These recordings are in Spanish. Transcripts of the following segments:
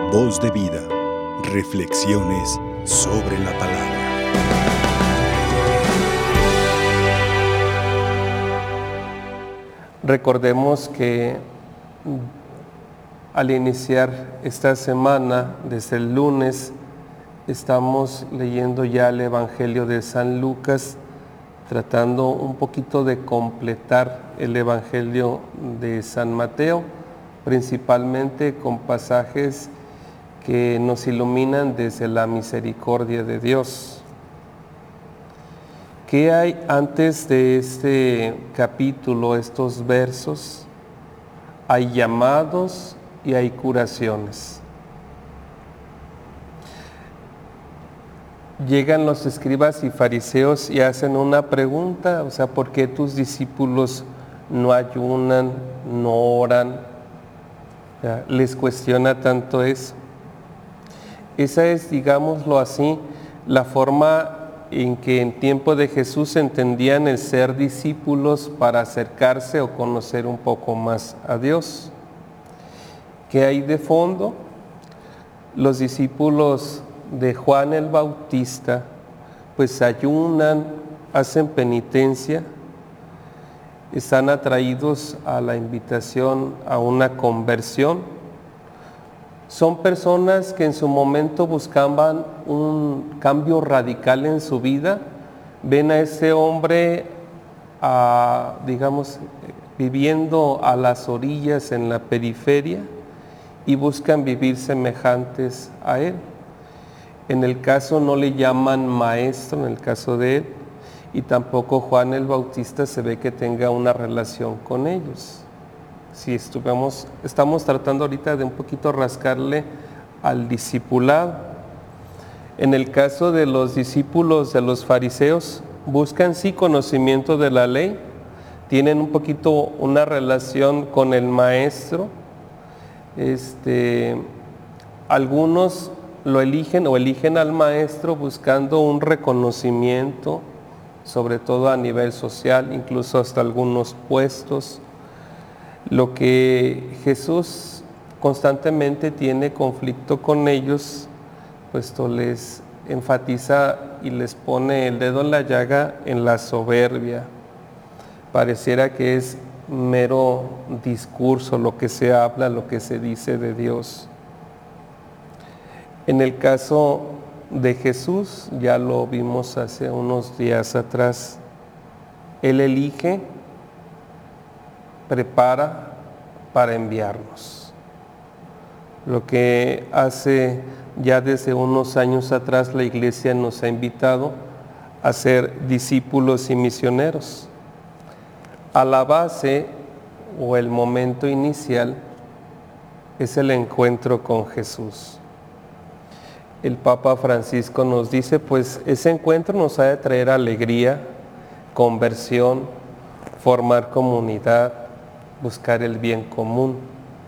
Voz de vida. Reflexiones sobre la palabra. Recordemos que al iniciar esta semana, desde el lunes, estamos leyendo ya el Evangelio de San Lucas, tratando un poquito de completar el Evangelio de San Mateo, principalmente con pasajes que nos iluminan desde la misericordia de Dios. ¿Qué hay antes de este capítulo, estos versos? Hay llamados y hay curaciones. Llegan los escribas y fariseos y hacen una pregunta, ¿por qué tus discípulos no ayunan, no oran? Les cuestiona tanto eso. Esa es, digámoslo así, la forma en que en tiempo de Jesús entendían el ser discípulos para acercarse o conocer un poco más a Dios. ¿Qué hay de fondo? Los discípulos de Juan el Bautista pues ayunan, hacen penitencia, están atraídos a la invitación a una conversión. Son personas que en su momento buscaban un cambio radical en su vida, ven a ese hombre viviendo a las orillas en la periferia y buscan vivir semejantes a él. En el caso no le llaman maestro, en el caso de él, y tampoco Juan el Bautista se ve que tenga una relación con ellos. Si estamos tratando ahorita de un poquito rascarle al discipulado. En el caso de los discípulos de los fariseos, buscan sí conocimiento de la ley, tienen un poquito una relación con el maestro. Algunos lo eligen al maestro buscando un reconocimiento, sobre todo a nivel social, incluso hasta algunos puestos. Lo que Jesús constantemente tiene conflicto con ellos, puesto les enfatiza y les pone el dedo en la llaga en la soberbia. Pareciera que es mero discurso lo que se habla, lo que se dice de Dios. En el caso de Jesús, ya lo vimos hace unos días atrás, Él elige, prepara para enviarnos. Lo que hace ya desde unos años atrás la Iglesia nos ha invitado a ser discípulos y misioneros. A la base o el momento inicial es el encuentro con Jesús. El Papa Francisco nos dice, pues ese encuentro nos ha de traer alegría, conversión, formar comunidad, buscar el bien común.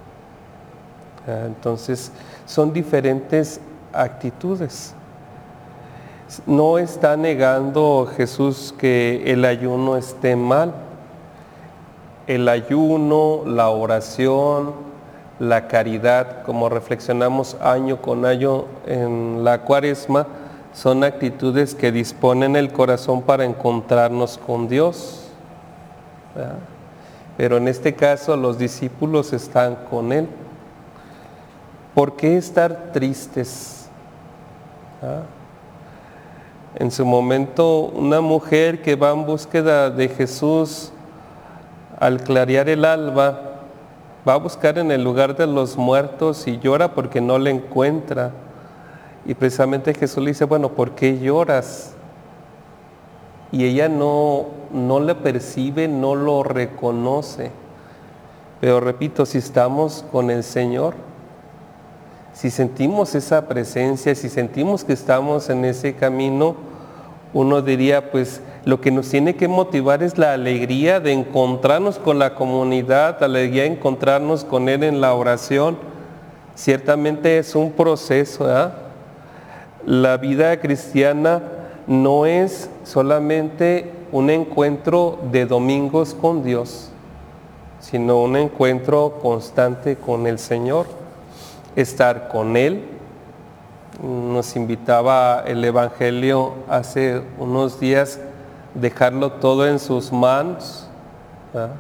Entonces, son diferentes actitudes. No está negando Jesús que el ayuno esté mal. El ayuno, la oración, la caridad, como reflexionamos año con año en la Cuaresma, son actitudes que disponen el corazón para encontrarnos con Dios. ¿Verdad? Pero en este caso los discípulos están con Él. ¿Por qué estar tristes? ¿Ah? En su momento, una mujer que va en búsqueda de Jesús, al clarear el alba, va a buscar en el lugar de los muertos y llora porque no le encuentra. Y precisamente Jesús le dice, ¿por qué lloras? Y ella no le percibe, no lo reconoce. Pero repito, si estamos con el Señor, si sentimos esa presencia, si sentimos que estamos en ese camino, uno diría, pues lo que nos tiene que motivar es la alegría de encontrarnos con la comunidad, la alegría de encontrarnos con Él en la oración. Ciertamente es un proceso, ¿verdad? La vida cristiana no es solamente un encuentro de domingos con Dios, sino un encuentro constante con el Señor. estar con Él. Nos invitaba el Evangelio hace unos días dejarlo todo en sus manos, ¿verdad?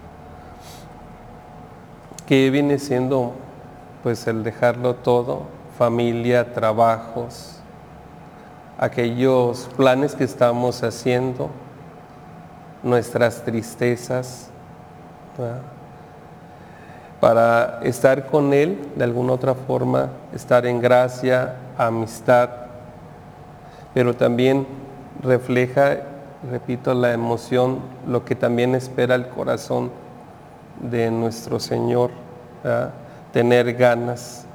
¿Qué viene siendo pues el dejarlo todo? Familia, trabajos, aquellos planes que estamos haciendo, nuestras tristezas, ¿verdad? Para estar con Él, de alguna otra forma, estar en gracia, amistad, pero también refleja, repito, la emoción, lo que también espera el corazón de nuestro Señor, ¿verdad? Tener ganas.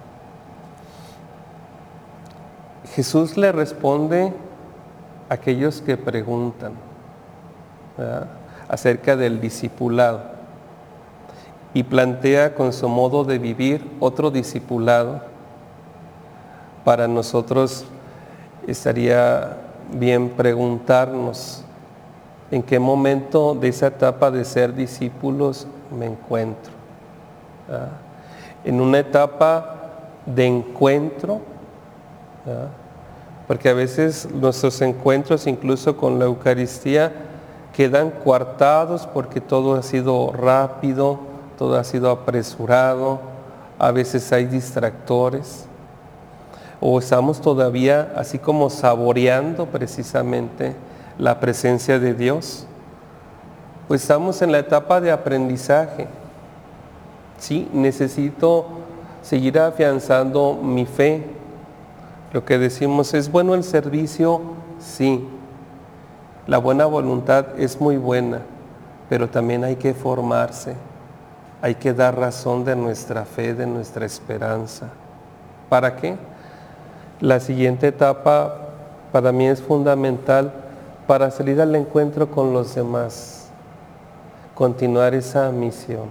Jesús le responde a aquellos que preguntan, ¿verdad?, acerca del discipulado, y plantea con su modo de vivir otro discipulado. Para nosotros estaría bien preguntarnos en qué momento de esa etapa de ser discípulos me encuentro, ¿verdad? En una etapa de encuentro, ¿verdad?, porque a veces nuestros encuentros, incluso con la Eucaristía, quedan coartados porque todo ha sido rápido, todo ha sido apresurado, a veces hay distractores, o estamos todavía así como saboreando precisamente la presencia de Dios. Pues estamos en la etapa de aprendizaje. Sí, necesito seguir afianzando mi fe. Lo que decimos, ¿es bueno el servicio? Sí. La buena voluntad es muy buena, pero también hay que formarse. Hay que dar razón de nuestra fe, de nuestra esperanza. ¿Para qué? La siguiente etapa para mí es fundamental para salir al encuentro con los demás, continuar esa misión,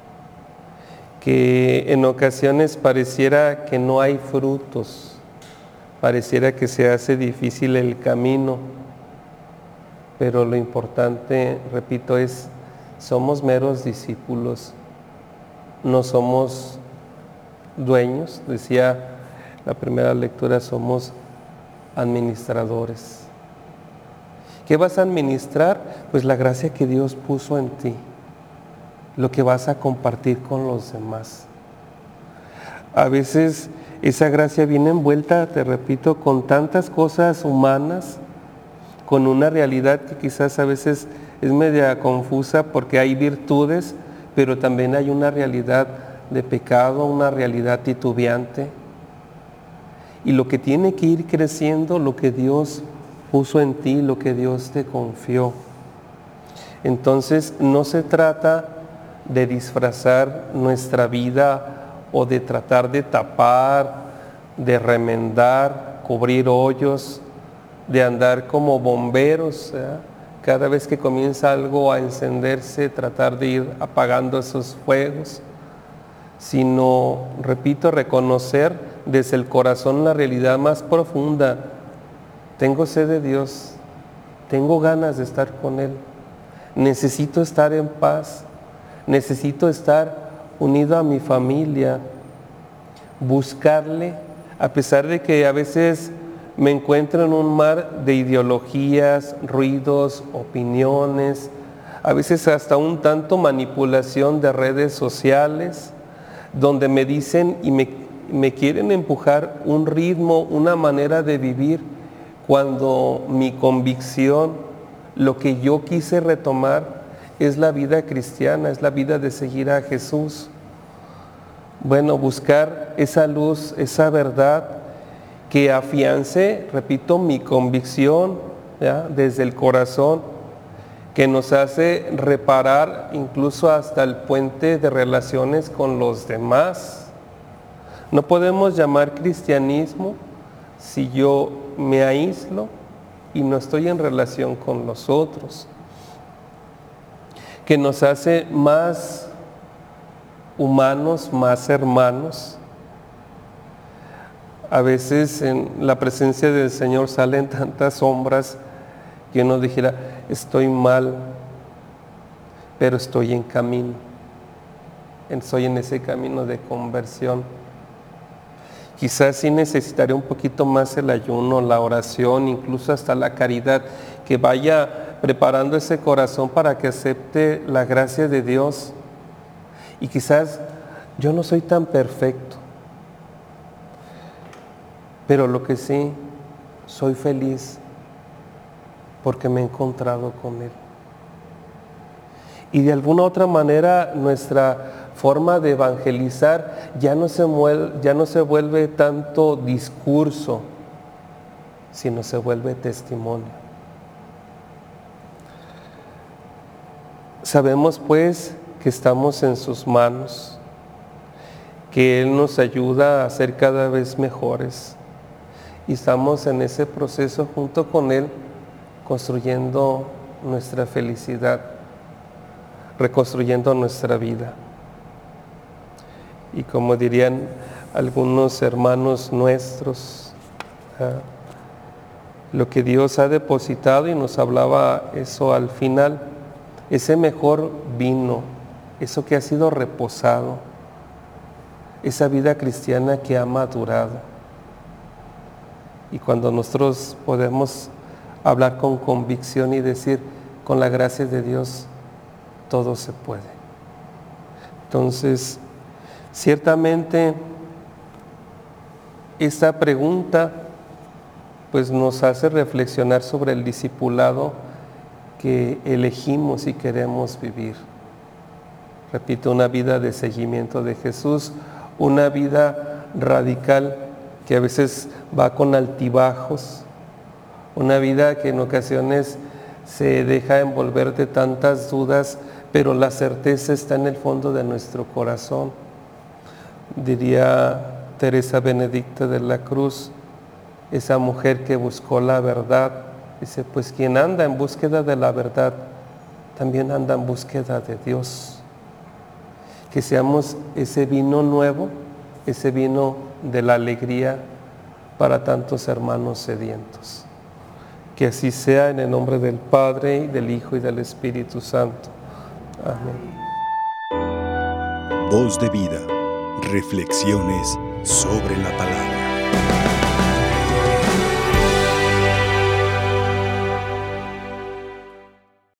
que en ocasiones pareciera que no hay frutos, pareciera que se hace difícil el camino, pero lo importante, repito, es somos meros discípulos, no somos dueños, decía la primera lectura, somos administradores. ¿Qué vas a administrar? Pues la gracia que Dios puso en ti, lo que vas a compartir con los demás. A veces esa gracia viene envuelta, te repito, con tantas cosas humanas, con una realidad que quizás a veces es media confusa porque hay virtudes, pero también hay una realidad de pecado, una realidad titubeante. Y lo que tiene que ir creciendo, lo que Dios puso en ti, lo que Dios te confió. Entonces no se trata de disfrazar nuestra vida o de tratar de tapar, de remendar, cubrir hoyos, de andar como bomberos, ¿verdad? Cada vez que comienza algo a encenderse, tratar de ir apagando esos fuegos, sino, repito, reconocer desde el corazón la realidad más profunda. Tengo sed de Dios, tengo ganas de estar con Él, necesito estar en paz, necesito estar unido a mi familia, buscarle, a pesar de que a veces me encuentro en un mar de ideologías, ruidos, opiniones, a veces hasta un tanto manipulación de redes sociales, donde me dicen y me quieren empujar un ritmo, una manera de vivir, cuando mi convicción, lo que yo quise retomar, es la vida cristiana, es la vida de seguir a Jesús. Bueno, buscar esa luz, esa verdad que afiance, repito, mi convicción, ¿ya?, desde el corazón, que nos hace reparar incluso hasta el puente de relaciones con los demás. No podemos llamar cristianismo si yo me aíslo y no estoy en relación con los otros, que nos hace más humanos, más hermanos. A veces en la presencia del Señor salen tantas sombras que uno dijera, estoy mal, pero estoy en camino, estoy en ese camino de conversión. Quizás sí necesitaré un poquito más el ayuno, la oración, incluso hasta la caridad, que vaya preparando ese corazón para que acepte la gracia de Dios. Y quizás yo no soy tan perfecto, pero lo que sí, soy feliz porque me he encontrado con Él. Y de alguna otra manera nuestra forma de evangelizar ya no se vuelve tanto discurso, sino se vuelve testimonio. Sabemos pues que estamos en sus manos, que Él nos ayuda a ser cada vez mejores y estamos en ese proceso junto con Él construyendo nuestra felicidad, reconstruyendo nuestra vida. Y como dirían algunos hermanos nuestros, lo que Dios ha depositado, y nos hablaba eso al final, ese mejor vino, eso que ha sido reposado, esa vida cristiana que ha madurado. Y cuando nosotros podemos hablar con convicción y decir, con la gracia de Dios, todo se puede. Entonces, ciertamente, esta pregunta pues nos hace reflexionar sobre el discipulado que elegimos y queremos vivir. Repito, una vida de seguimiento de Jesús, una vida radical que a veces va con altibajos, una vida que en ocasiones se deja envolver de tantas dudas, pero la certeza está en el fondo de nuestro corazón. Diría Teresa Benedicta de la Cruz, esa mujer que buscó la verdad, dice, pues quien anda en búsqueda de la verdad, también anda en búsqueda de Dios. Que seamos ese vino nuevo, ese vino de la alegría para tantos hermanos sedientos. Que así sea, en el nombre del Padre, y del Hijo, y del Espíritu Santo. Amén. Voz de vida. Reflexiones sobre la palabra.